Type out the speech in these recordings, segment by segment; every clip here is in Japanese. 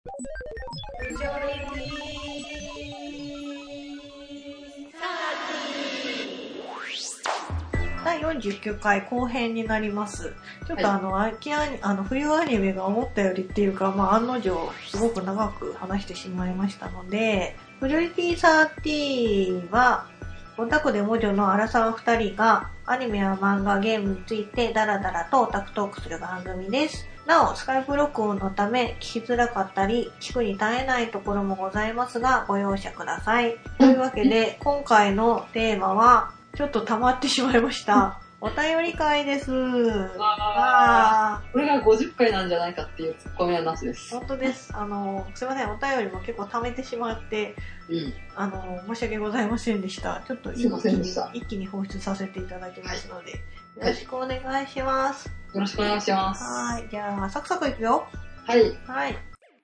第49回後編になります。ちょっと冬アニメが思ったよりっていうか、案の定すごく長く話してしまいましたので、フジョリティ30はオタクで魔女のアラサー2人がアニメや漫画、ゲームについてダラダラとオタクトークする番組です。なお、スカイプ録音のため聞きづらかったり、聞くに耐えないところもございますが、ご容赦ください。というわけで、今回のテーマは、ちょっと溜まってしまいました。お便り会です。 これが50回なんじゃないかっていうツッコミはなしです。 本当です。すいません、お便りも結構溜めてしまって、申し訳ございませんでした。ちょっと一気に放出させていただきますので、よろしくお願いします。 よろしくお願いします。 はい、じゃあ、サクサクいくよ。 はい。 はい。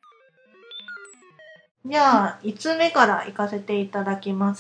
じゃあ、5つ目から行かせていただきます。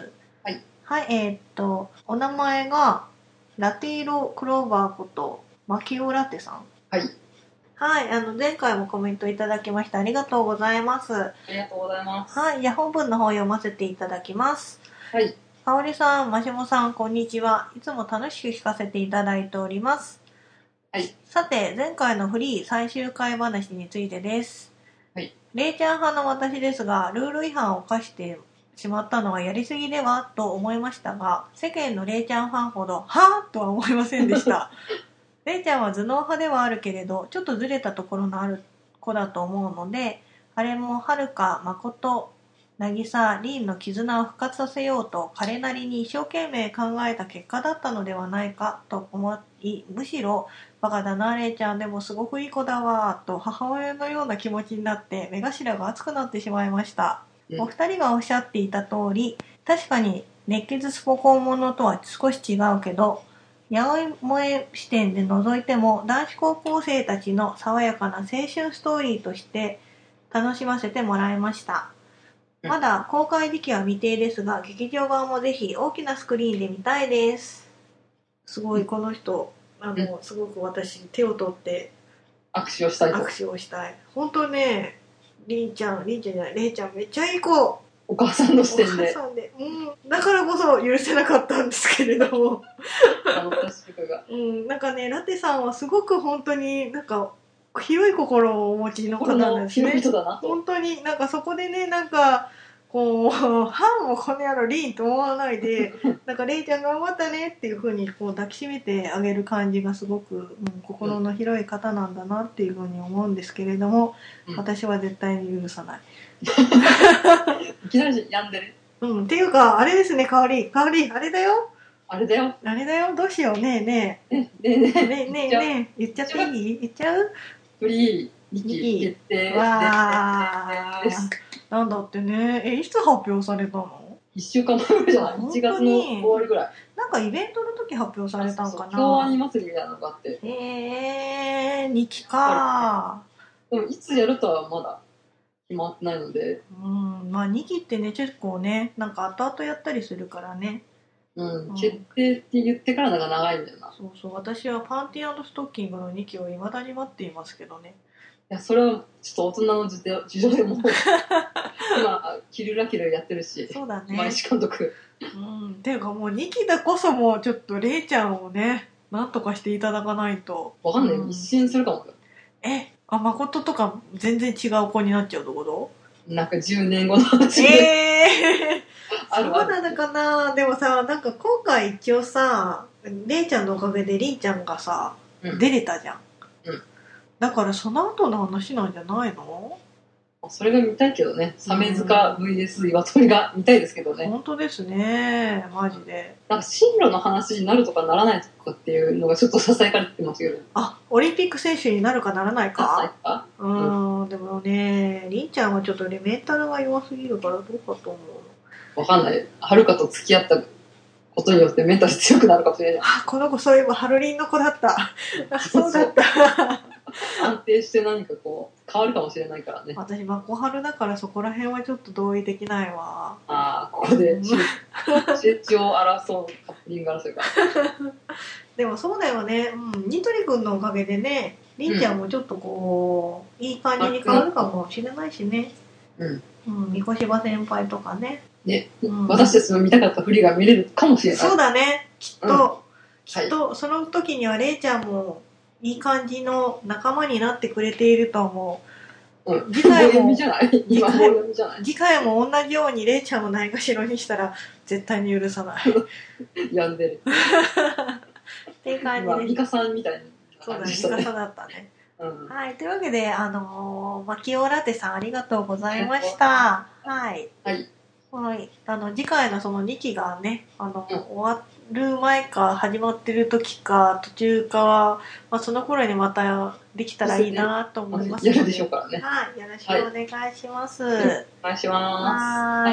はい、お名前が、ラテイロクローバーこと、マキオラテさん。 はい。 はい、前回もコメントいただきましてありがとうございます。 ありがとうございます。 はい、じゃあ本文の方読ませていただきます。 はい。 かおりさん、ましもさん、こんにちは。いつも楽しく聞かせていただいております。 はい。 さて、前回のフリー最終回話についてです。 はい。 レイちゃん派の私ですが、ルール違反を犯してしまったのはやりすぎではと思いましたが、世間のレイちゃんファンほど、はぁとは思いませんでした。レイちゃんは頭脳派ではあるけれど、ちょっとずれたところのある子だと思うので、あれもはるか、まこと、なぎさ、りんの絆を復活させようと彼なりに一生懸命考えた結果だったのではないかと思い、むしろバカだなレイちゃんでもすごくいい子だわと母親のような気持ちになって目頭が熱くなってしまいました。お二人がおっしゃっていた通り、確かに熱血スポコンものとは少し違うけど、やおい萌え視点で覗いても男子高校生たちの爽やかな青春ストーリーとして楽しませてもらいました。まだ公開時期は未定ですが、劇場版もぜひ大きなスクリーンで見たいです。すごいこの人、すごく私手を取って握手をしたい。本当ね、レイちゃんめっちゃいい子。 お母さんの視点で。 だからこそ許せなかったんですけれども。なんかね、ラテさんはすごく本当になんか広い心をお持ちの方なんですね。 広い人だなと。 本当になんかそこでね、なんかこうハンもこの野郎リンと思わないで、なんかレイちゃん頑張ったねっていう風にこう抱きしめてあげる感じがすごく、心の広い方なんだなっていう風に思うんですけれども、私は絶対に許さない。 いきなり病んでる。 っていうかあれですね、香りあれだよ。どうしようねえ言っちゃっていい？言っちゃう？ フリー2期決定です。 なんだってね、いつ発表されたの ？1週間前ぐらいじゃない？1月の終わりぐらい。 なんかイベントの時発表されたんかな。 京アニ祭りみたいなのがあって。 2期か。 でもいつやるとはまだ決まってないので。 2期ってね、結構ね、なんか後々やったりするからね。 決定って言ってからなんか長いんだよな。 そう、私はパンティー&ストッキングの2期を未だに待っていますけどね。 いや、それはちょっと大人の事情でも今キルラキルやってるし。 そうだね。 今石監督。 ていうかもう2期だこそもうちょっとレイちゃんをね、なんとかしていただかないと。 わかんない、一新するかも。 誠とか全然違う子になっちゃうってこと？ なんか10年後の話で。そうなのかな。でもさ、なんか今回一応さ、レイちゃんのおかげでリンちゃんがさ、出れたじゃん。だからその後の話なんじゃないの？ それが見たいけどね。サメ塚 VS 岩鳥が見たいですけどね。 本当ですね、マジで。 なんか進路の話になるとかならないとかっていうのがちょっとささやかれてましたけど。 オリンピック選手になるかならないか？でもね、りんちゃんはちょっとね、メンタルが弱すぎるからどうかと思う。 わかんない。はるかと付き合ったことによってメンタル強くなるかもしれない。 この子そういえばハルリンの子だった。そうだった。 安定して何かこう変わるかもしれないからね。 私マコハルだからそこら辺はちょっと同意できないわ。 ここで成長を争うカップリング争いか。 でもそうだよね。ニトリ君のおかげでね、 りんちゃんもちょっとこういい感じに変わるかもしれないしね。三越柴先輩とかね。 ね、私たちの見たかった振りが見れるかもしれない。 そうだね。きっとその時にはれいちゃんもいい感じの仲間になってくれていると思う。次回も次回も同じようにれいちゃんをないがしろにしたら絶対に許さない。 病んでる。 っていう感じで。 ミカさんみたいな。 そうだね、ミカさんだったね。はい、というわけで、マキオラテさんありがとうございました。はい。次回のその2期がね、終わる前か始まってる時か途中かは、その頃にまたできたらいいなと思いますので。 やるでしょうからね。 はい、よろしくお願いします。お願いします。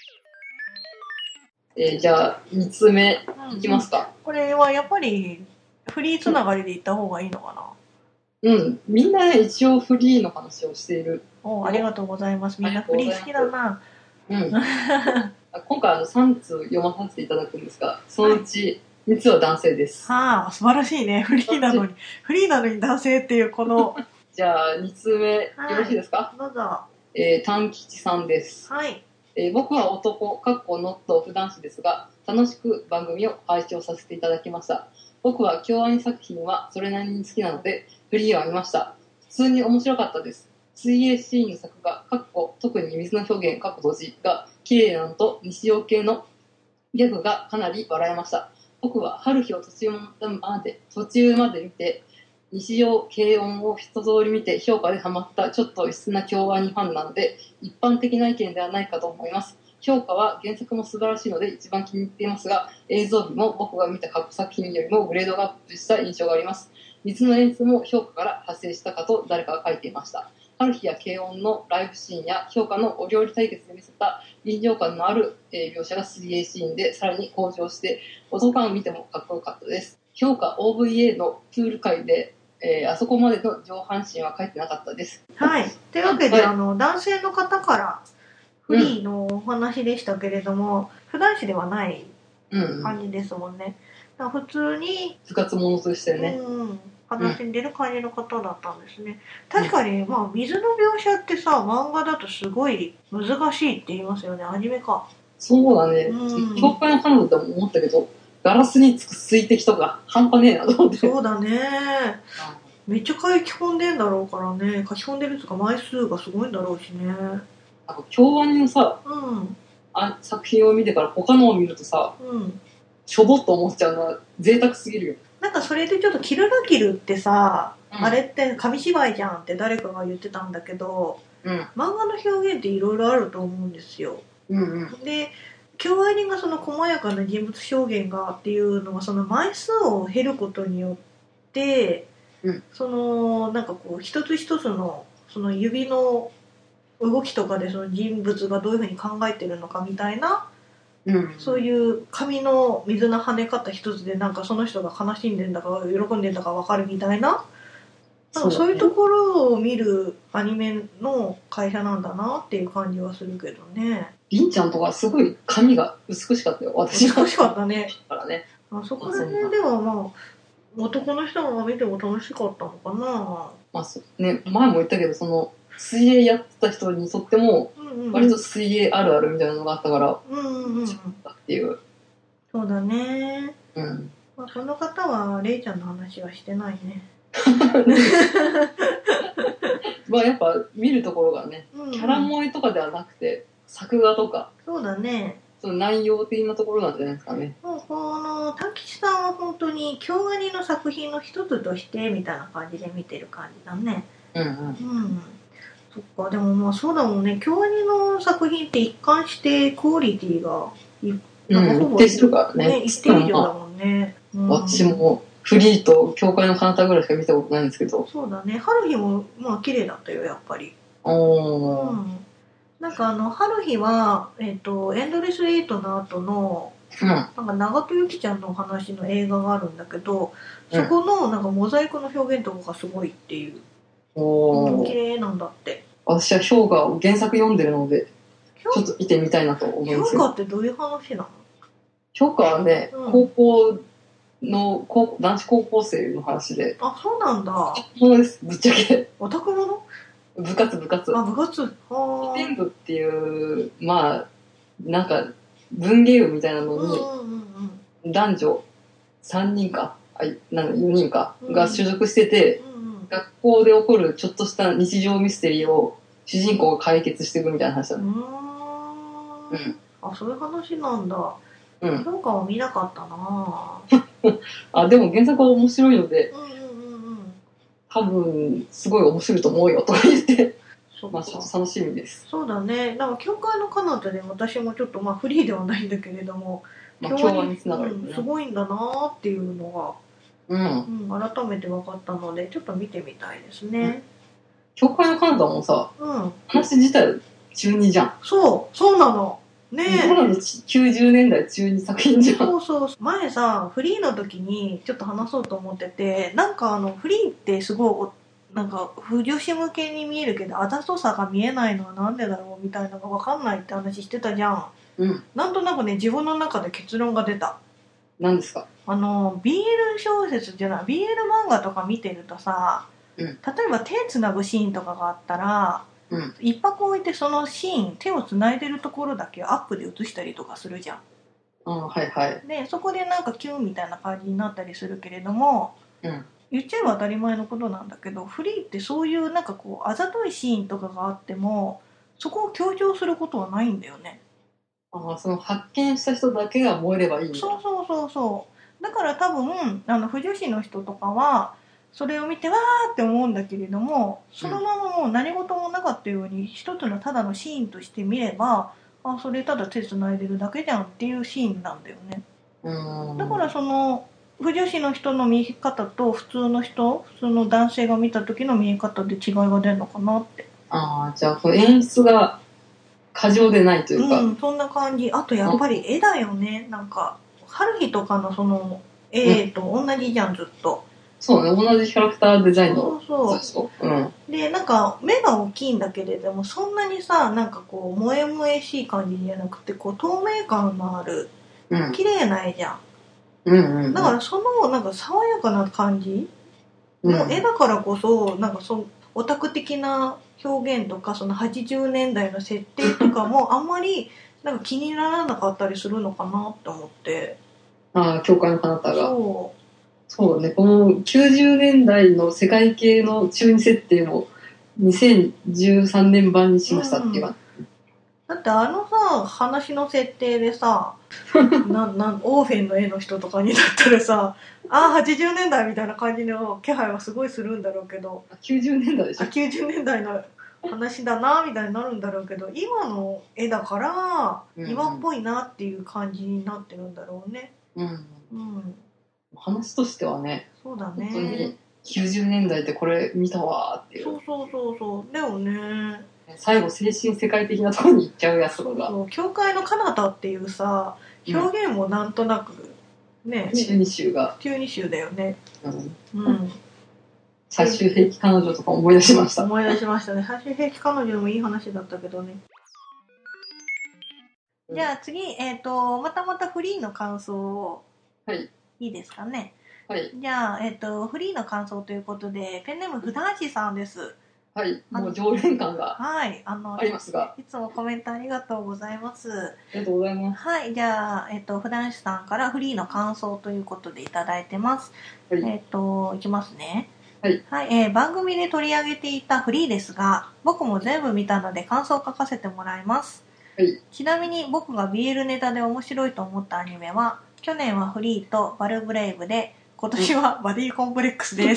じゃあ、2つ目いきますか。 これはやっぱりフリーつながりでいった方がいいのかな。 みんなね、一応フリーの話をしている。 ありがとうございます。みんなフリー好きだな。 今回3通読まさせていただくんですが、そのうち3つは男性です。 素晴らしいね。フリーなのに男性っていうこの。 じゃあ2通目、よろしいですか？ どうぞ。 丹吉さんです。 はい。 僕は男、ノット普段子ですが、楽しく番組を拝聴させていただきました。僕は京アニ作品はそれなりに好きなので、フリーは見ました。普通に面白かったです。水泳シーンの作画、特に水の表現、閉じが綺麗なのと、日常系のギャグがかなり笑えました。僕は春日を途中まで見て、日常軽音を一通り見て評価でハマったちょっと異質な京アニファンなので、一般的な意見ではないかと思います。評価は原作も素晴らしいので一番気に入っていますが、映像美も僕が見た過去作品よりもグレードがアップした印象があります。水の演出も評価から派生したかと誰かが書いていました。春日や軽音のライブシーンや評価のお料理対決で見せた臨場感のある描写が水泳シーンでさらに向上して、音感を見てもかっこよかったです。評価 OVA のプール会であそこまでの上半身は書いてなかったです。 はい。というわけで、男性の方からフリーのお話でしたけれども、普段子ではない感じですもんね。普通に部活ものとしてね。 話んでる感じの方だったんですね。確かに、水の描写ってさ、漫画だとすごい難しいって言いますよね。アニメか。 そうだね。教会の彼女でも思ったけど、ガラスにつく水滴とか半端ねえなと思って。 そうだね。めっちゃ書き込んでんだろうからね。書き込んでるとか枚数がすごいんだろうしね。 京アニのさ、作品を見てから他のを見るとさ、しょぼっと思っちゃうのは贅沢すぎるよ。 なんかそれでちょっとキルラキルってさ、あれって紙芝居じゃんって誰かが言ってたんだけど、漫画の表現っていろいろあると思うんですよ。で、京アニがその細やかな人物表現がっていうのはその枚数を減ることによって、そのなんかこう一つ一つのその指の動きとかでその人物がどういうふうに考えてるのかみたいな、そういう紙の水の跳ね方一つでなんかその人が悲しんでんだか喜んでんだか分かるみたいな、そういうところを見るアニメの会社なんだなっていう感じはするけどね。 りんちゃんとかすごい髪が美しかったよ。私美しかったね。 からね。 そこら辺では男の人が見ても楽しかったのかな。 前も言ったけどその水泳やってた人にとっても割と水泳あるあるみたいなのがあったから、っていう。 そうだね。この方はレイちゃんの話はしてないね。 やっぱ見るところがね、キャラ萌えとかではなくて作画とか、 そうだね。 その内容的なところなんじゃないですかね。 この滝吉さんは本当に京アニの作品の一つとしてみたいな感じで見てる感じだね。そっか、でもそうだもんね。京アニの作品って一貫してクオリティが一定してるからね。 一定以上だもんね。 私もフリーと教会の彼方ぐらいしか見たことないんですけど。 そうだね。春日も綺麗だったよやっぱり。なんか春日はエンドレス8の後のなんか長戸由紀ちゃんのお話の映画があるんだけど、そこのなんかモザイクの表現とかがすごいっていう。綺麗なんだって。 私は氷河を原作読んでるのでちょっと見てみたいなと思います。 氷河ってどういう話なの？ 氷河はね、高校の男子高校生の話で。 あ、そうなんだ。 そうです、ぶっちゃけ。 オタクもの？ 部活。 あ、部活。 古典部っていう、まあ、なんか、文芸部みたいなのに、男女3人か、4人か、が所属してて、学校で起こるちょっとした日常ミステリーを主人公が解決していくみたいな話だね。 あ、そういう話なんだ。 うん。 評価は見なかったなあ、でも原作は面白いので、多分、すごい面白いと思うよ、とか言って。まあ、ちょっと楽しみです。 そうだね。なんか、教会の彼方で私もちょっと、まあ、フリーではないんだけれども、 まあ、共和につながる、 すごいんだなーっていうのが、改めて分かったので、ちょっと見てみたいですね。 教会の彼方もさ、話自体中2じゃん。 そうなの。ねえ。 ただの90年代中2作品じゃん。 そう。前さ、フリーの時にちょっと話そうと思ってて、なんかフリーってすごい、なんか、不女子向けに見えるけど、あざとさが見えないのはなんでだろうみたいなのが分かんないって話してたじゃん。なんとなくね、自分の中で結論が出た。 何ですか ？BL 小説じゃない、BL 漫画とか見てるとさ、例えば手つなぐシーンとかがあったら、一泊置いてそのシーン、手をつないでるところだけアップで映したりとかするじゃん。で、そこでなんかキュンみたいな感じになったりするけれども、言っちゃえば当たり前のことなんだけど、フリーってそういうなんかこうあざといシーンとかがあってもそこを強調することはないんだよね。 その発見した人だけが燃えればいいんだ。 そうだから多分不女子の人とかはそれを見てわーって思うんだけれども、そのままもう何事もなかったように一つのただのシーンとして見れば、あ、それただ手つないでるだけじゃんっていうシーンなんだよね。だからその不女子の人の見え方と普通の男性が見た時の見え方で違いが出るのかなって。 じゃあこの演出が過剰でないというか、 そんな感じ。あとやっぱり絵だよね。なんか春日とかのその絵と同じじゃん、ずっと。 そうね、同じキャラクターデザインので、なんか目が大きいんだけれども、そんなにさ、なんかこう萌え萌えしい感じじゃなくて、こう透明感のある綺麗な絵じゃん。だからそのなんか爽やかな感じの絵だからこそ、なんかオタク的な表現とか、その80年代の設定とかもあんまりなんか気にならなかったりするのかなって思って。 教会の彼方が。そうだね、この90年代の世界系の中二設定を2013年版にしましたっていうか、 だってさ、話の設定でさ、オーフェンの絵の人とかになったらさ、80年代みたいな感じの気配はすごいするんだろうけど、 90年代でしょ。 90年代の話だなみたいになるんだろうけど、今の絵だから今っぽいなっていう感じになってるんだろうね。 話としてはね、 そうだね、 本当に90年代ってこれ見たわーっていう。 そうだよね。 最後精神世界的なところに行っちゃうやつとかが。 教会の彼方っていうさ、表現もなんとなくね、 中二臭だよね。 最終兵器彼女とか思い出しました。 思い出しましたね。最終兵器彼女もいい話だったけどね。じゃあ次、またフリーの感想を。いいですかね。じゃあ、フリーの感想ということで、ペンネームふだんしさんです。 もう常連感がありますが。 いつもコメントありがとうございます。 ありがとうございます。 じゃあ、ふだんしさんからフリーの感想ということでいただいてます。いきますね。番組で取り上げていたフリーですが、僕も全部見たので感想を書かせてもらいます。ちなみに僕が BL ネタで面白いと思ったアニメは、去年はフリーとバルブレイブで、今年はバディコンプレックスです。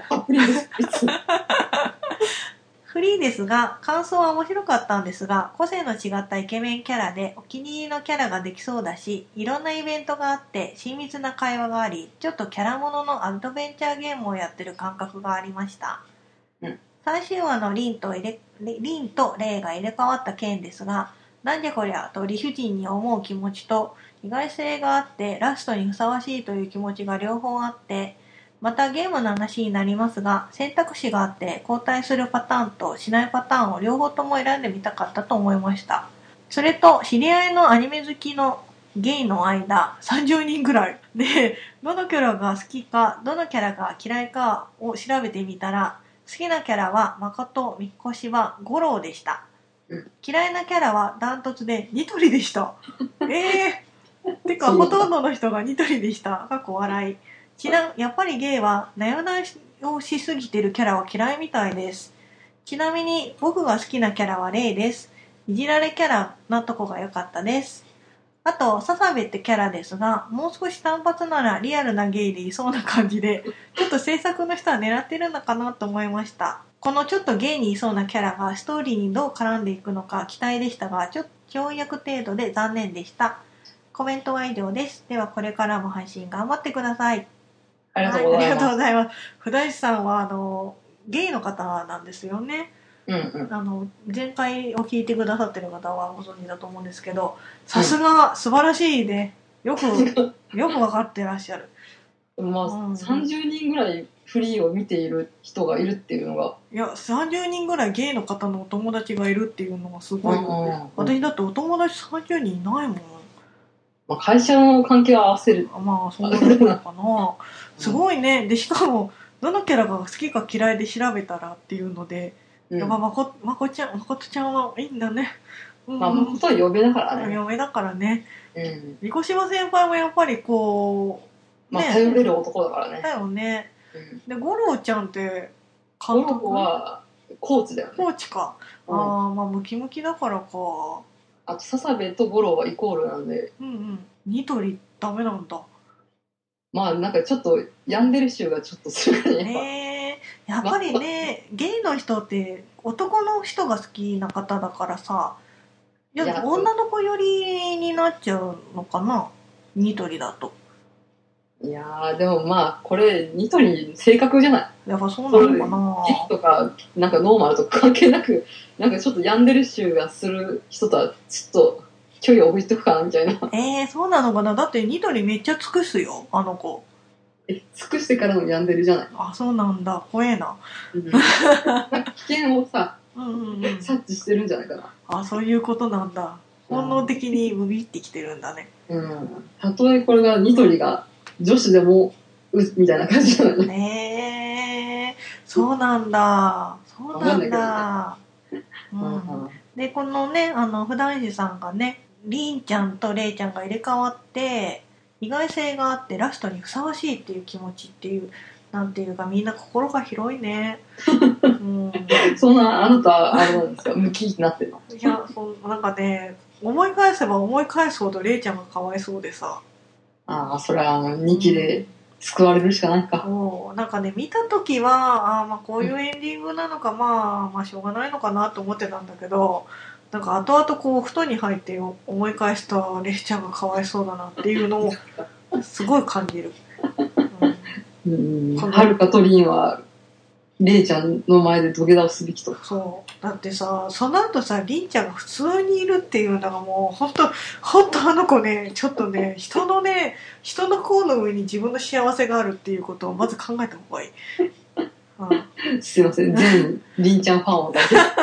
フリーですが、感想は面白かったんですが、個性の違ったイケメンキャラでお気に入りのキャラができそうだし、いろんなイベントがあって親密な会話があり、ちょっとキャラもののアドベンチャーゲームをやってる感覚がありました。最終話のリンとレイが入れ替わった件ですが、なんじゃこりゃと理不尽に思う気持ちと、意外性があってラストにふさわしいという気持ちが両方あって、またゲームの話になりますが、選択肢があって交代するパターンとしないパターンを両方とも選んでみたかったと思いました。それと知り合いのアニメ好きのゲイの間30人ぐらいで、どのキャラが好きかどのキャラが嫌いかを調べてみたら、好きなキャラは誠、三越は五郎でした。嫌いなキャラはダントツでニトリでした。てかほとんどの人がニトリでした。かっこ笑い。やっぱりゲイはなよなよをしすぎてるキャラは嫌いみたいです。ちなみに僕が好きなキャラはレイです。いじられキャラなとこが良かったです。あと、笹部ってキャラですが、もう少し単発ならリアルなゲイでいそうな感じで、ちょっと制作の人は狙ってるのかなと思いました。このちょっとゲイにいそうなキャラがストーリーにどう絡んでいくのか期待でしたが、ちょっと跳躍程度で残念でした。コメントは以上です。ではこれからも配信頑張ってください。 ありがとうございます。 ありがとうございます。ふだいしさんはゲイの方なんですよね。前回を聞いてくださってる方はご存知だと思うんですけど、さすが素晴らしいね。よく分かってらっしゃる。 30人ぐらいフリーを見ている人がいるっていうのが。 いや、30人ぐらいゲイの方のお友達がいるっていうのがすごいよね。私だってお友達30人いないもん。 会社の関係を合わせる。 そうなのかな。すごいね。で、しかも、どのキャラが好きか嫌いで調べたらっていうので、まこちゃんはいいんだね。 まことは嫁だからね。 嫁だからね。三越島先輩もやっぱりこう、 頼れる男だからね。 だよね。で、五郎ちゃんって監督はコーチだよね。 コーチか。ムキムキだからか。 あと笹部と五郎はイコールなんで。 ニトリダメなんだ。 なんかちょっと病んでる臭がちょっとするね。やっぱりね、ゲイの人って男の人が好きな方だからさ、女の子寄りになっちゃうのかな、ニトリだと。 いやでもこれニトリ性格じゃない。 やっぱそうなのかな。 ゲイとかなんかノーマルとか関係なく、なんかちょっと病んでる臭がする人とはちょっと距離を置いとくかなみたいな。 そうなのかな。だってニトリめっちゃ尽くすよ、あの子。 尽くしてからの病んでるじゃない。 そうなんだ。怖えな。 危険をさ、察知してるんじゃないかな。 そういうことなんだ。本能的にムビってきてるんだね。 たとえこれがニトリが女子でもみたいな感じじゃない。 そうなんだ。そうなんだ。で、このね、普段師さんがね、りんちゃんとれいちゃんが入れ替わって、意外性があってラストにふさわしいっていう気持ちっていう、なんていうかみんな心が広いね。 そんなあなたあれなんですか、ムキになってるの？ いや、なんかね、思い返せば思い返すほどれいちゃんがかわいそうでさ。 それは2期で救われるしかないか。 なんかね、見た時はこういうエンディングなのか、しょうがないのかなと思ってたんだけど、なんか後々こう布団に入って思い返したレイちゃんがかわいそうだなっていうのをすごい感じる。 はるかとりんはレイちゃんの前で土下座をすべきと。 そうだってさ、その後さ、りんちゃんが普通にいるっていうのがもう本当あの子ね、ちょっとね、人の甲の上に自分の幸せがあるっていうことをまず考えた方がいい。 すいません、全りんちゃんファンを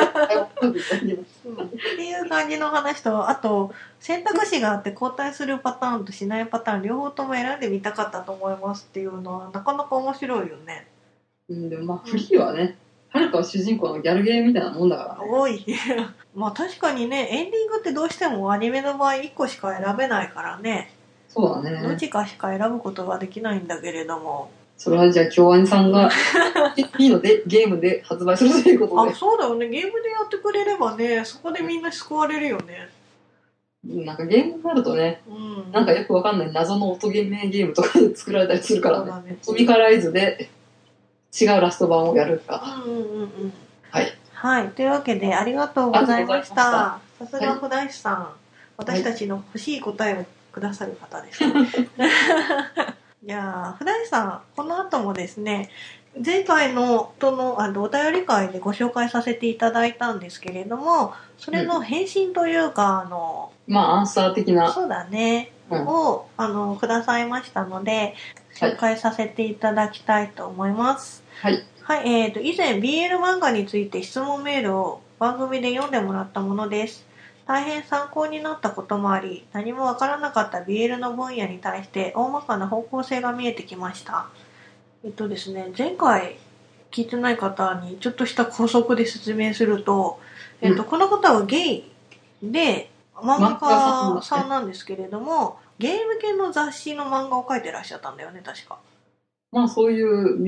っていう感じの話と、あと選択肢があって交代するパターンとしないパターン両方とも選んでみたかったと思いますっていうのはなかなか面白いよね。 でもフリーはね、はるかは主人公のギャルゲーみたいなもんだからね。 多い。確かにね、エンディングってどうしてもアニメの場合1個しか選べないからね。 そうだね。 どっちかしか選ぶことができないんだけれども。 それはじゃあ京アニさんがいいのでゲームで発売するということで。 そうだよね。ゲームでやってくれればね、そこでみんな救われるよね。 なんかゲームになるとね、なんかよくわかんない謎の音ゲームとかで作られたりするからね。コミカライズで違うラスト版をやるか。はい。はい。 というわけでありがとうございました。さすが普段師さん、私たちの欲しい答えをくださる方ですね。いや普段師さん、この後もですね、前回のお便り会でご紹介させていただいたんですけれども、それの返信というか、 アンサー的な。 そうだね。を、くださいましたので、紹介させていただきたいと思います。 はい。 はい、以前 BL 漫画について質問メールを番組で読んでもらったものです。 大変参考になったこともあり、何もわからなかった BL の分野に対して大まかな方向性が見えてきました。ですね、前回聞いてない方にちょっとした補足で説明すると、この方はゲイで漫画家さんなんですけれども、ゲーム系の雑誌の漫画を描いてらっしゃったんだよね、確か。 まあそういう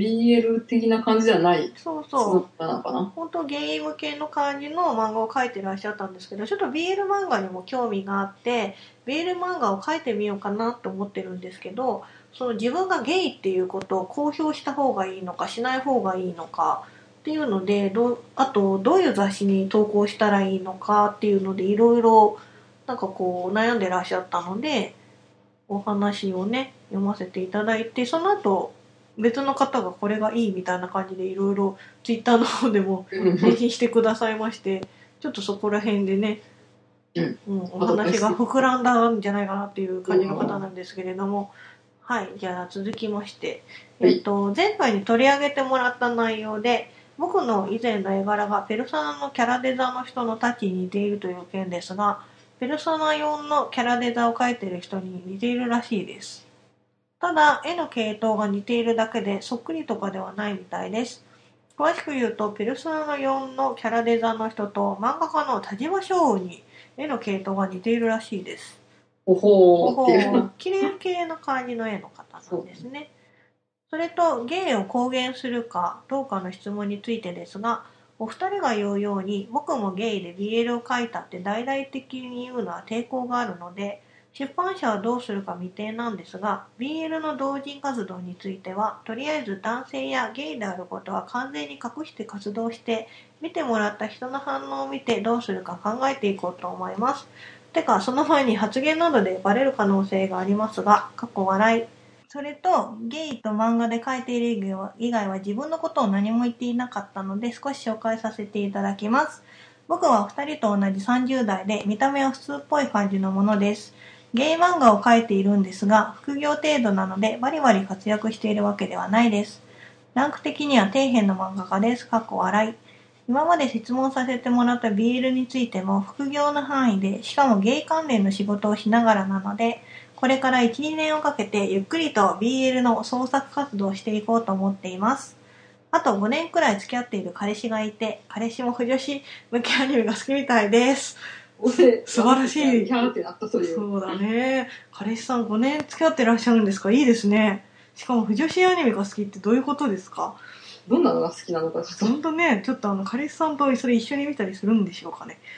BL 的な感じじゃない。 そうそう。 なのかな。 本当ゲーム系の感じの漫画を描いてらっしゃったんですけど、ちょっと BL 漫画にも興味があって、BL 漫画を描いてみようかなと思ってるんですけど、その自分がゲイっていうことを公表した方がいいのかしない方がいいのかっていうので、あとどういう雑誌に投稿したらいいのかっていうので、いろいろなんかこう悩んでらっしゃったので、お話をね読ませていただいて、その後別の方がこれがいいみたいな感じでいろいろツイッターの方でも返信してくださいまして、ちょっとそこら辺でね、お話が膨らんだんじゃないかなっていう感じの方なんですけれども、はい、じゃあ続きまして、前回に取り上げてもらった内容で、僕の以前の絵柄がペルソナのキャラデザの人のタッチに似ているという件ですが、ペルソナ4のキャラデザを描いている人に似ているらしいです。ただ、絵の系統が似ているだけでそっくりとかではないみたいです。詳しく言うと、ペルソナの4のキャラデザの人と漫画家の田島翔に絵の系統が似ているらしいです。 おほーっていう。 綺麗系な感じの絵の方なんですね。それと、ゲイを公言するかどうかの質問についてですが、お二人が言うように、僕もゲイで BL を描いたって大々的に言うのは抵抗があるので、出版社はどうするか未定なんですが、BL の同人活動については、とりあえず男性やゲイであることは完全に隠して活動して、見てもらった人の反応を見てどうするか考えていこうと思います。てか、その前に発言などでバレる可能性がありますが、過去笑い。それと、ゲイと漫画で描いている以外は自分のことを何も言っていなかったので少し紹介させていただきます。僕は2人と同じ30代で見た目は普通っぽい感じのものです。ゲイ漫画を描いているんですが、副業程度なのでバリバリ活躍しているわけではないです。ランク的には底辺の漫画家です。過去笑い。今まで質問させてもらった BL についても副業の範囲で、しかもゲイ関連の仕事をしながらなので、これから1、2年をかけてゆっくりと BL の創作活動をしていこうと思っています。あと5年くらい付き合っている彼氏がいて、彼氏も不女子向けアニメが好きみたいです。素晴らしい。そうだね。彼氏さん5年付き合ってらっしゃるんですか？いいですね。しかも不女子アニメが好きってどういうことですか？ どんなのが好きなのかちょっと。 本当ね、ちょっと彼氏さんとそれ一緒に見たりするんでしょうかね。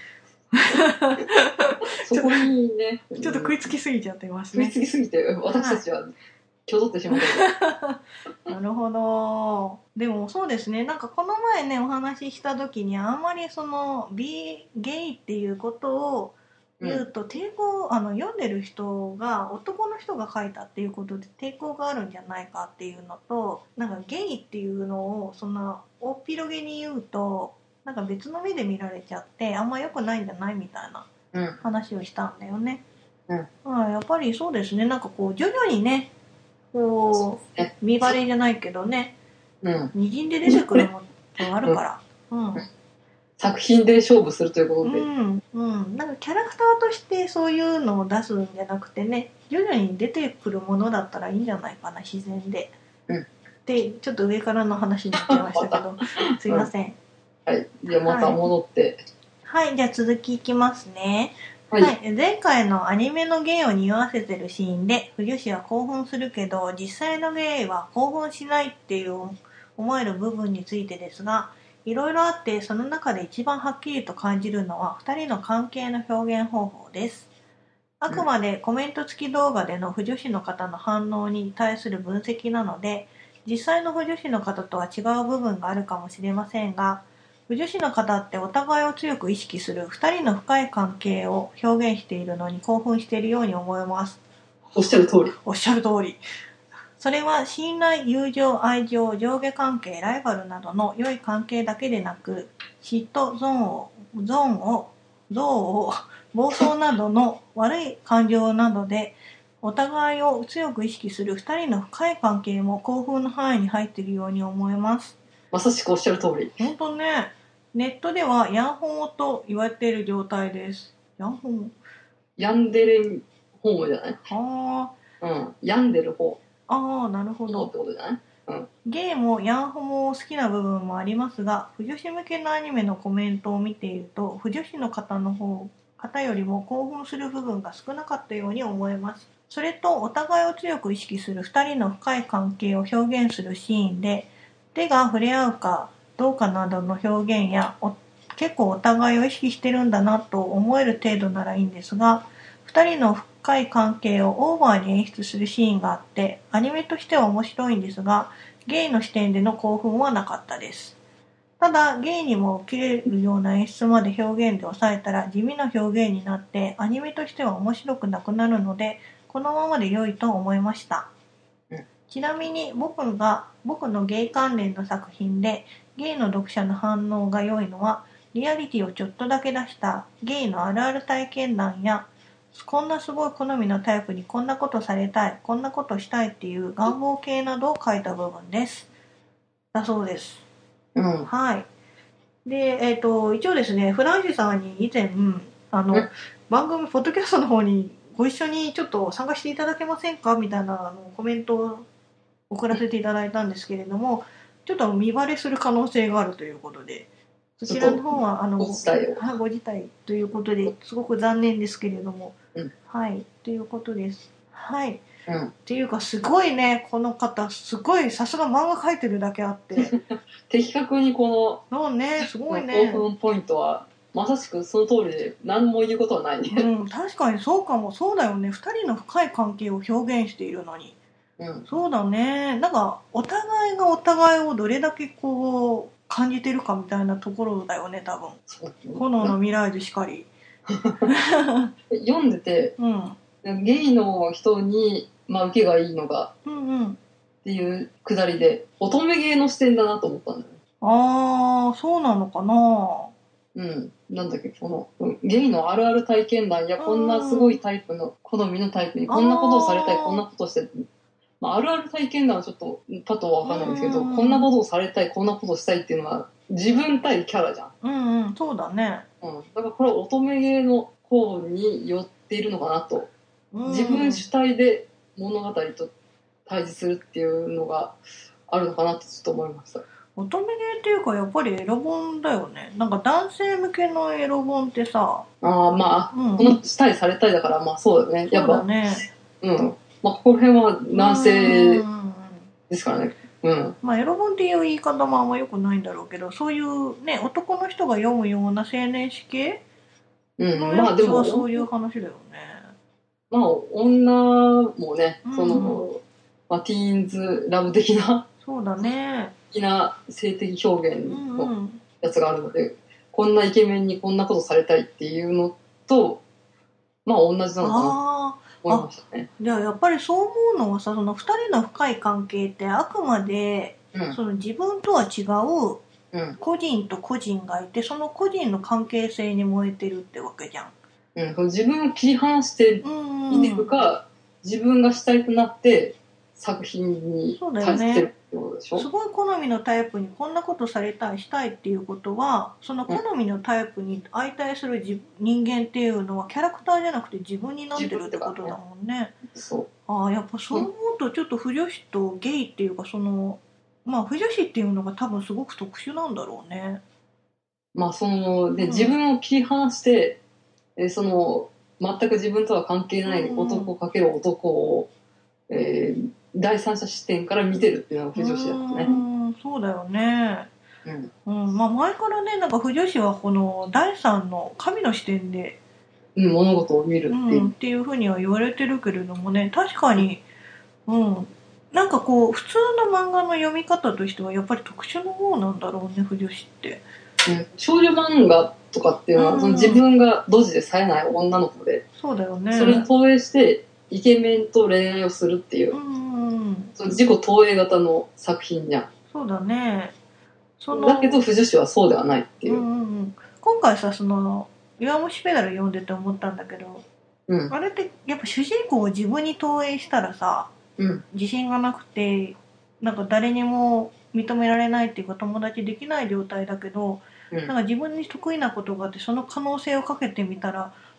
そこにね、 ちょっと食いつきすぎちゃってますね。 食いつきすぎて私たちは挙取ってしまったなるほど。でもそうですね、なんかこの前ねお話しした時にあんまりそのゲイっていうことを言うと抵抗、読んでる人が男の人が書いたっていうことで抵抗があるんじゃないかっていうのと、なんかゲイっていうのをそんな大っ広げに言うとなんか別の目で見られちゃってあんま良くないんじゃないみたいな話をしたんだよね。やっぱりそうですね、なんかこう徐々にねこう見バレじゃないけどね、にじんで出てくるものがあるから、 作品で勝負するということで、 なんかキャラクターとしてそういうのを出すんじゃなくてね、徐々に出てくるものだったらいいんじゃないかな、自然で。でちょっと上からの話になっちゃいましたけどすいません。 はい、じゃあまた戻って。 はい、じゃあ続きいきますね。 はい、 前回のアニメのゲイを匂わせてるシーンで、不女子は興奮するけど、実際のゲイは興奮しないっていう思える部分についてですが、いろいろあって、その中で一番はっきりと感じるのは、2人の関係の表現方法です。あくまでコメント付き動画での不女子の方の反応に対する分析なので、実際の不女子の方とは違う部分があるかもしれませんが、不女子の方ってお互いを強く意識する2人の深い関係を表現しているのに興奮しているように思います。 おっしゃる通り。 おっしゃる通り。それは信頼、友情、愛情、上下関係、ライバルなどの良い関係だけでなく、嫉妬、憎悪、暴走などの悪い感情などでお互いを強く意識する2人の深い関係も興奮の範囲に入っているように思います。 まさしくおっしゃる通り。 本当ね。ネットではヤンホーと言われている状態です。 ヤンホモ。 ヤンデレンホモじゃない？ あ病んでる方。 なるほホモってど。 ことじゃない？ ゲイもヤンホモを好きな部分もありますが、腐女子向けのアニメのコメントを見ていると、腐女子の方よりも興奮する部分が少なかったように思えます。それと、お互いを強く意識する2人の深い関係を表現するシーンで、手が触れ合うかどうかなどの表現や、結構お互いを意識してるんだなと思える程度ならいいんですが、2人の深い関係をオーバーに演出するシーンがあって、アニメとしては面白いんですが、ゲイの視点での興奮はなかったです。ただ、ゲイにも受け入れるような演出まで表現で抑えたら地味な表現になってアニメとしては面白くなくなるので、このままで良いと思いました。ちなみに僕のゲイ関連の作品でゲイの読者の反応が良いのは、リアリティをちょっとだけ出したゲイのあるある体験談や、こんなすごい好みのタイプにこんなことされたい、こんなことしたいっていう願望系などを書いた部分です。だそうです。はい。で、一応ですね、フランシスさんに以前、番組、ポッドキャストの方にご一緒にちょっと参加していただけませんかみたいなコメントを送らせていただいたんですけれども、ちょっと見バレする可能性があるということで、そちらの方はご辞退を。 ご辞退ということですごく残念ですけれども、はい、ということです。はい。っていうかすごいね、この方すごいさすが漫画描いてるだけあって的確にこのすごいね、 興奮ポイントはまさしくその通りで何も言うことはないね。 確かにそうかも。そうだよね、2人の深い関係を表現しているのに、そうだね。なんかお互いがお互いをどれだけこう感じてるかみたいなところだよね、多分。炎のミラージュしかり読んでて、ゲイの人に、受けがいいのが、っていうくだりで乙女芸の視点だなと思ったんだよね。 そうなのかな。 なんだっけ、このゲイのあるある体験談や、こんなすごいタイプの好みのタイプにこんなことをされたい、こんなことをして、あるある体験談はちょっとパッとは分かんないんですけど、こんなことをされたい、こんなことをしたいっていうのは自分対キャラじゃん。 そうだね。 だからこれは乙女芸の方に寄っているのかなと。自分主体で物語と対峙するっていうのがあるのかなってちょっと思いました。 乙女芸っていうかやっぱりエロ本だよね。なんか男性向けのエロ本ってさ、 このしたいされたいだからそうだね。やっぱここら辺は男性ですからね。 エロ本っていう言い方もあんま良くないんだろうけど、そういうね、男の人が読むような青年誌系のやつはそういう話だよね。 女もね、そのティーンズラブ的な、 そうだね、 的な性的表現のやつがあるので、こんなイケメンにこんなことされたいっていうのと同じなのかなと思いましたね。 じゃあやっぱりそう思うのはさ、その2人の深い関係ってあくまで、その自分とは違う個人と個人がいて、その個人の関係性に燃えてるってわけじゃん。 自分を切り離していていくか、自分が主体となって作品に対してるってことでしょ。 すごい好みのタイプにこんなことされたいしたいっていうことは、その好みのタイプに相対する人間っていうのはキャラクターじゃなくて自分になってるってことだもんね。やっぱそう思うとちょっと腐女子とゲイっていうか、その腐女子っていうのが多分すごく特殊なんだろうね。 自分を切り離してその全く自分とは関係ない男かける男を、第三者視点から見てるっていうのが腐女子だったね。 そうだよね。前からね、なんか腐女子はこの第三の神の視点で、 物事を見るっていうふうには言われてるけれどもね、確かに、なんかこう普通の漫画の読み方としてはやっぱり特殊の方なんだろうね、腐女子って。 少女漫画とかっていうのは、その自分がドジで冴えない女の子で、 そうだよね、 それに投影してイケメンと恋愛をするっていう、その自己投影型の作品じゃん。 そうだね。 だけど腐女子はそうではないっていう。 今回さ、その弱虫ペダル読んでて思ったんだけど、あれってやっぱ主人公を自分に投影したらさ、自信がなくてなんか誰にも認められないっていうか友達できない状態だけど、なんか自分に得意なことがあってその可能性をかけてみたら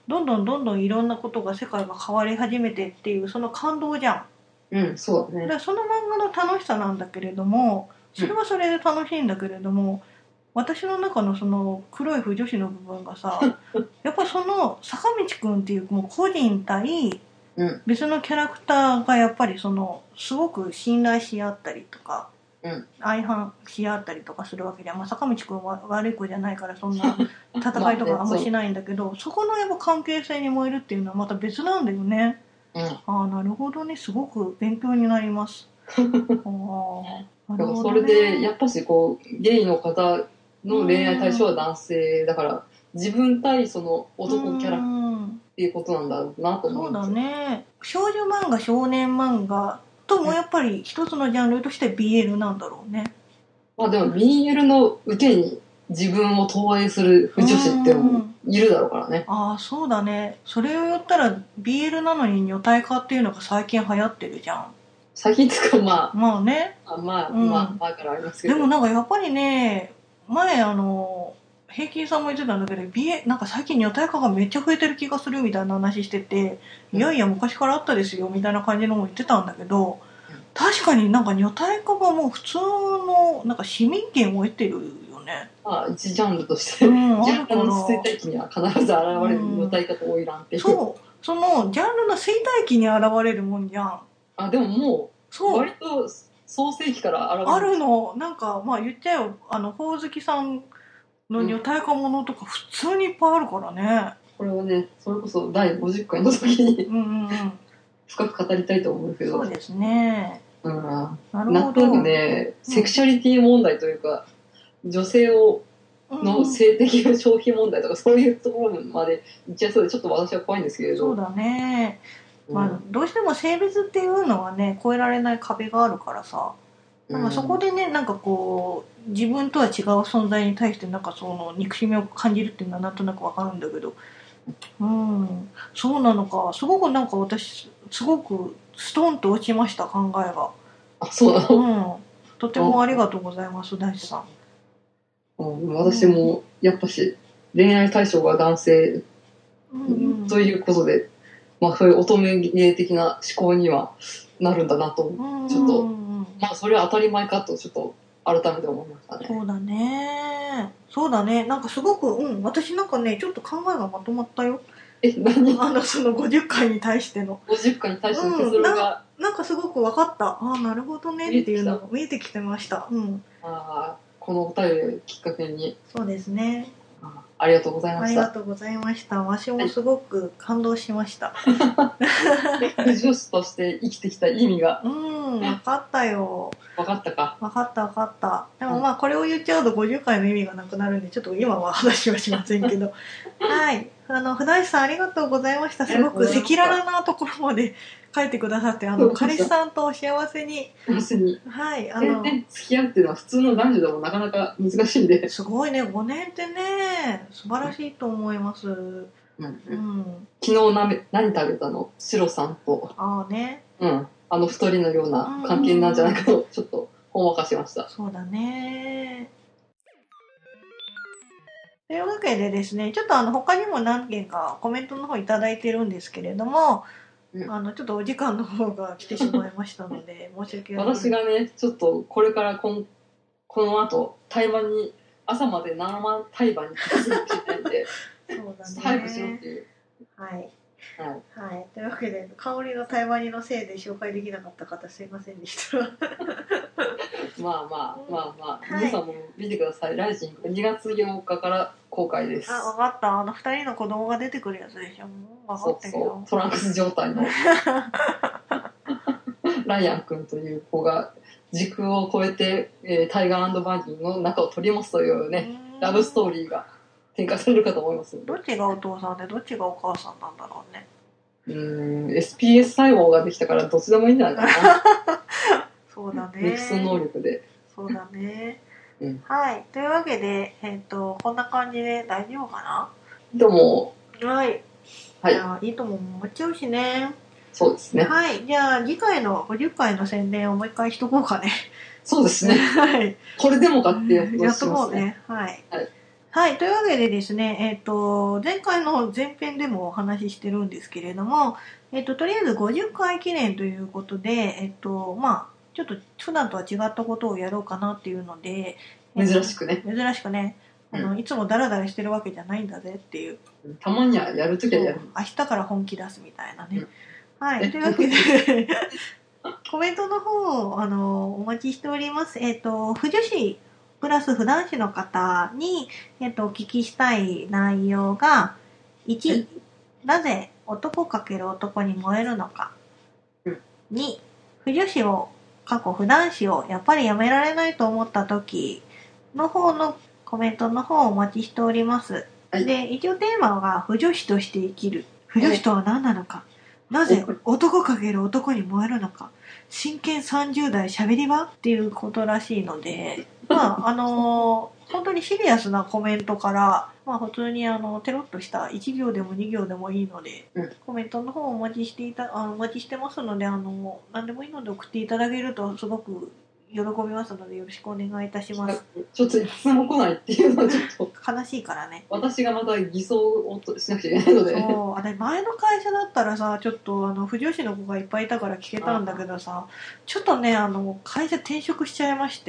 どんどんどんどんいろんなことが世界が変わり始めてっていうその感動じゃん。 うん、そうだね。 でその漫画の楽しさなんだけれども、それはそれで楽しいんだけれども、私の中のその黒い腐女子の部分がさやっぱその坂道くんっていうもう個人対別のキャラクターがやっぱりそのすごく信頼し合ったりとか、相反し合ったりとかするわけじゃん。まあ、坂道くんは悪い子じゃないからそんな戦いとかあんましないんだけど、そこのやっぱ関係性に燃えるっていうのはまた別なんだよね。ああ、なるほどね。すごく勉強になります。ああ、なるほどね。 それでやっぱしこうゲイの方の恋愛対象は男性だから、自分対その男キャラっていうことなんだろうなと思うんです。そうだね。少女漫画少年漫画ともやっぱり一つのジャンルとして BL なんだろうね。 まあでも BL の受けに自分を投影する腐女子っているだろうからね。 ああ、そうだね。それを言ったら BL なのに女体化っていうのが最近流行ってるじゃん。 最近つかまあまあね。 まあ前からありますけど。 でもなんかやっぱりね、前平均さんも言ってたんだけど、なんか最近女体化がめっちゃ増えてる気がするみたいな話してて、いやいや昔からあったですよみたいな感じのも言ってたんだけど、確かになんか女体化がもう普通のなんか市民権を得てるよね。 一ジャンルとして、ジャンルの衰退期には必ず現れる女体化と花魁っていう。 そう、そのジャンルの衰退期に現れるもんじゃん。 でももう割と創世期から現れる。 あるの。なんかまあ言っちゃえよ、ほおずきさんの女体化ものとか普通にいっぱいあるからね。 これはね、それこそ第50回の時に深く語りたいと思うけど。 そうですね。 なるほど。なんかね、セクシャリティ問題というか、女性の性的消費問題とかそういうところまでいっちゃいそうで、ちょっと私は怖いんですけれど。 そうだね。まあどうしても性別っていうのはね、越えられない壁があるからさ。なんかそこでね、なんかこう自分とは違う存在に対してなんかその憎しみを感じるっていうのはなんとなくわかるんだけど、そうなのか。すごくなんか私すごくストンと落ちました、考えが。 そうなの。 とてもありがとうございます、大地さん。 私もやっぱし恋愛対象が男性ということで、まあそういう乙女芸的な思考にはなるんだなと、ちょっとまあそれは当たり前かとちょっと改めて思いましたね。 そうだね。そうだね。なんかすごく私なんかねちょっと考えがまとまったよ。 何？ その50回に対しての。 50回に対しての結論が、 なんかすごく分かった。なるほどねっていうのが見えてきてました。 このお便りきっかけに。 そうですね。 ありがとうございました。 ありがとうございました。わしもすごく感動しました。 女子として生きてきた意味が。 分かったよ。 分かったか。 分かった。でもまあこれを言っちゃうと50回の意味がなくなるんで、ちょっと今は話はしませんけど。はい。船井さんありがとうございました。すごく赤裸々なところまで書いてくださって、彼氏さんとお幸せに。はい。 付き合うっていうのは普通の男女でもなかなか難しいんで。 すごいね、5年ってね、素晴らしいと思います。 昨日何食べたの？シロさんと。 ね。 二人のような関係なんじゃないかと、ちょっとほんわかしました。 そうだね。というわけでですね、ちょっと他にも何件かコメントの方いただいてるんですけれども、ちょっとお時間の方が来てしまいましたので、申し訳ない。 私がね、ちょっとこれからこの後、朝まで生対話に続いていて、 そうだね。 早くしろっていう。 はい。というわけで、香りの対話にのせいで紹介できなかった方すいませんでした。 まあ、皆さんも見てください。ライジング2月8日から公開です。 分かった。2人の子供が出てくるやつでしょ。もう分かってるよ。 そう、トランクス状態のライアン君という子が時空を超えて、タイガー&バギーの中を取り持つというね、ラブストーリーが展開されるかと思います。 どっちがお父さんでどっちがお母さんなんだろうね。 SPS 細胞ができたからどっちでもいいんじゃないかな。 そうだね。 ミックス能力で。 そうだね。はい。というわけで、こんな感じで大丈夫かな？ どうも。 はい。じゃあ、いいとも思っちゃうしね。 そうですね。 はい。じゃあ、次回の50回の宣伝をもう一回しとこうかね。 そうですね。 はい。 これでもかっていうことをしますね。 やっとこうね。はい。 はい。というわけでですね、前回の前編でもお話ししてるんですけれども、とりあえず50回記念ということで、まあ、ちょっと普段とは違ったことをやろうかなっていうので、 珍しくね。 珍しくね、いつもダラダラしてるわけじゃないんだぜっていう。 たまにはやるときはやる。 明日から本気出すみたいなね。はい。というわけで、コメントの方、お待ちしております。腐女子プラス普段子の方に、お聞きしたい内容が、1、なぜ男×男に燃えるのか。2、腐女子を、過去普段子をやっぱりやめられないと思った時の方のコメントの方をお待ちしております。 はい、 で、一応テーマが腐女子として生きる。腐女子とは何なのか。なぜ男×男に燃えるのか。真剣30代喋り場っていうことらしいので、まあ、本当にシリアスなコメントから、まあ普通にテロッとした1行でも2行でもいいので、コメントの方をお待ちしてますので、何でもいいので送っていただけるとすごく喜びますのでよろしくお願いいたします。 ちょっといつも来ないっていうのはちょっと悲しいからね。 私がまた偽装をしなくちゃいけないので。 そう、前の会社だったらさ、ちょっと腐女子の子がいっぱいいたから聞けたんだけどさ、ちょっとね、会社転職しちゃいまして、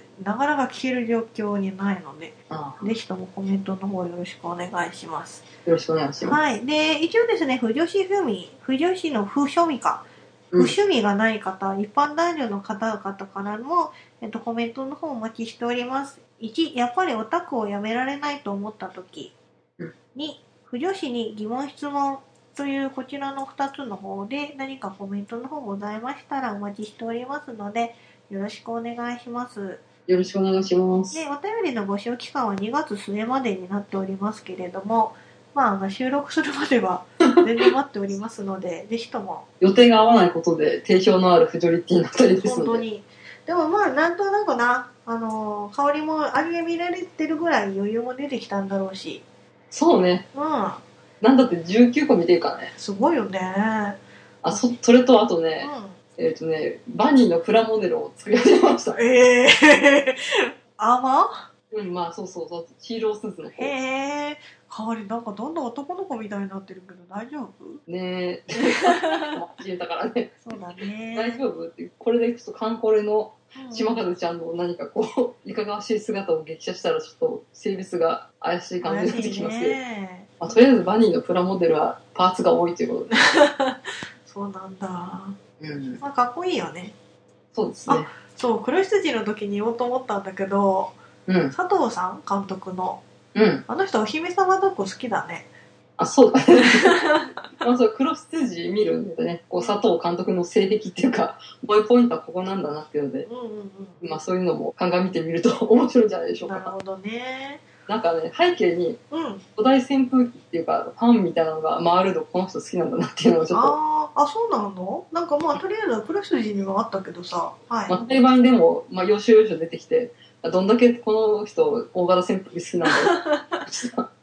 なかなか聞ける状況にないので、ぜひともコメントの方よろしくお願いします。 よろしくお願いします。 はい。で、一応ですね、腐女子の不趣味か。不趣味がない方、一般男女の方々からも、コメントの方をお待ちしております。1、やっぱりオタクをやめられないと思ったとき。2、腐女子に疑問質問というこちらの2つの方で何かコメントの方ございましたらお待ちしておりますので、よろしくお願いします。 よろしくお願いします。 で、お便りの募集期間は2月末までになっておりますけれども、まあ、収録するまでは全然待っておりますので、ぜひとも。 予定が合わないことで定評のあるフジョリティの2人ですので。 本当に。でもまあ、なんとなくな、香りもアニメ見られてるぐらい余裕も出てきたんだろうし。 そうね。なんだって19個見てるからね。 すごいよね。 それとあとね、バニーのプラモデルを作り始めました。 アーマー？まあそう、ヒーロースーツの方。 へー。香りなんかどんどん男の子みたいになってるけど大丈夫？ ねえ。始めたからね。 そうだね。 大丈夫って、これでいくとカンコレの島風ちゃんの何かこう、いかがわしい姿を激写したらちょっと性別が怪しい感じになってきますけど。とりあえずバニーのプラモデルはパーツが多いということで。 そうなんだ。まあかっこいいよね。 そうですね。 そう、黒羊の時に言おうと思ったんだけど、佐藤さん監督の。あの人お姫様抱っこ好きだね。 そうだね。黒羊見るんでね、こう佐藤監督の性癖っていうか、こういうポイントはここなんだなっていうので、まあそういうのも鑑みてみると面白いんじゃないでしょうか。 なるほどね。 なんかね、背景に古代扇風機っていうか、ファンみたいなのが回るのこの人好きなんだなっていうのをちょっと。 そうなの？なんかまあとりあえず黒羊にはあったけどさ。 定番でも、要所要所出てきて、どんだけこの人大型扇風機好きなんだろう。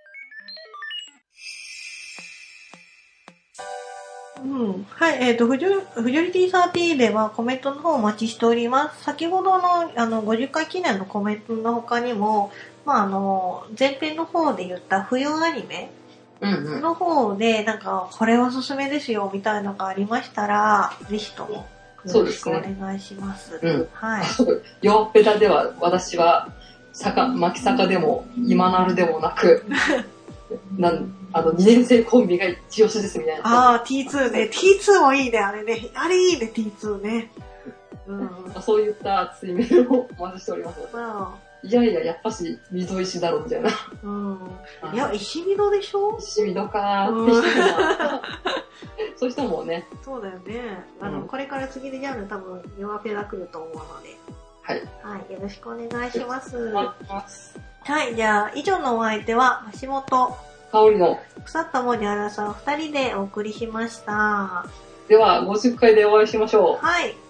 はい、フジョリティ30ではコメントの方をお待ちしております。先ほどの50回記念のコメントの他にも、まあ前編の方で言った冬アニメの方で、なんかこれおすすめですよみたいなのがありましたら、ぜひともよろしくお願いします。はい。 ヨーペダでは私は牧坂でも今なるでもなく、2年生コンビが一押しですみたいな。 T2 ね。T2 もいいね、あれね。あれいいね、T2 ね。 そういった熱いメールをお待ちしております。いやいや、やっぱし、溝石だろ、みたいな。 いや、石溝でしょ？ 石溝かーって人も。そういう人もね。 そうだよね。これから次でジャンル多分、弱ペダ来ると思うので。 はい。 はい、よろしくお願いします。はい、じゃあ、以上のお相手は、橋本香りの腐った文字あらさん2人でお送りしました。 では、50回でお会いしましょう。 はい。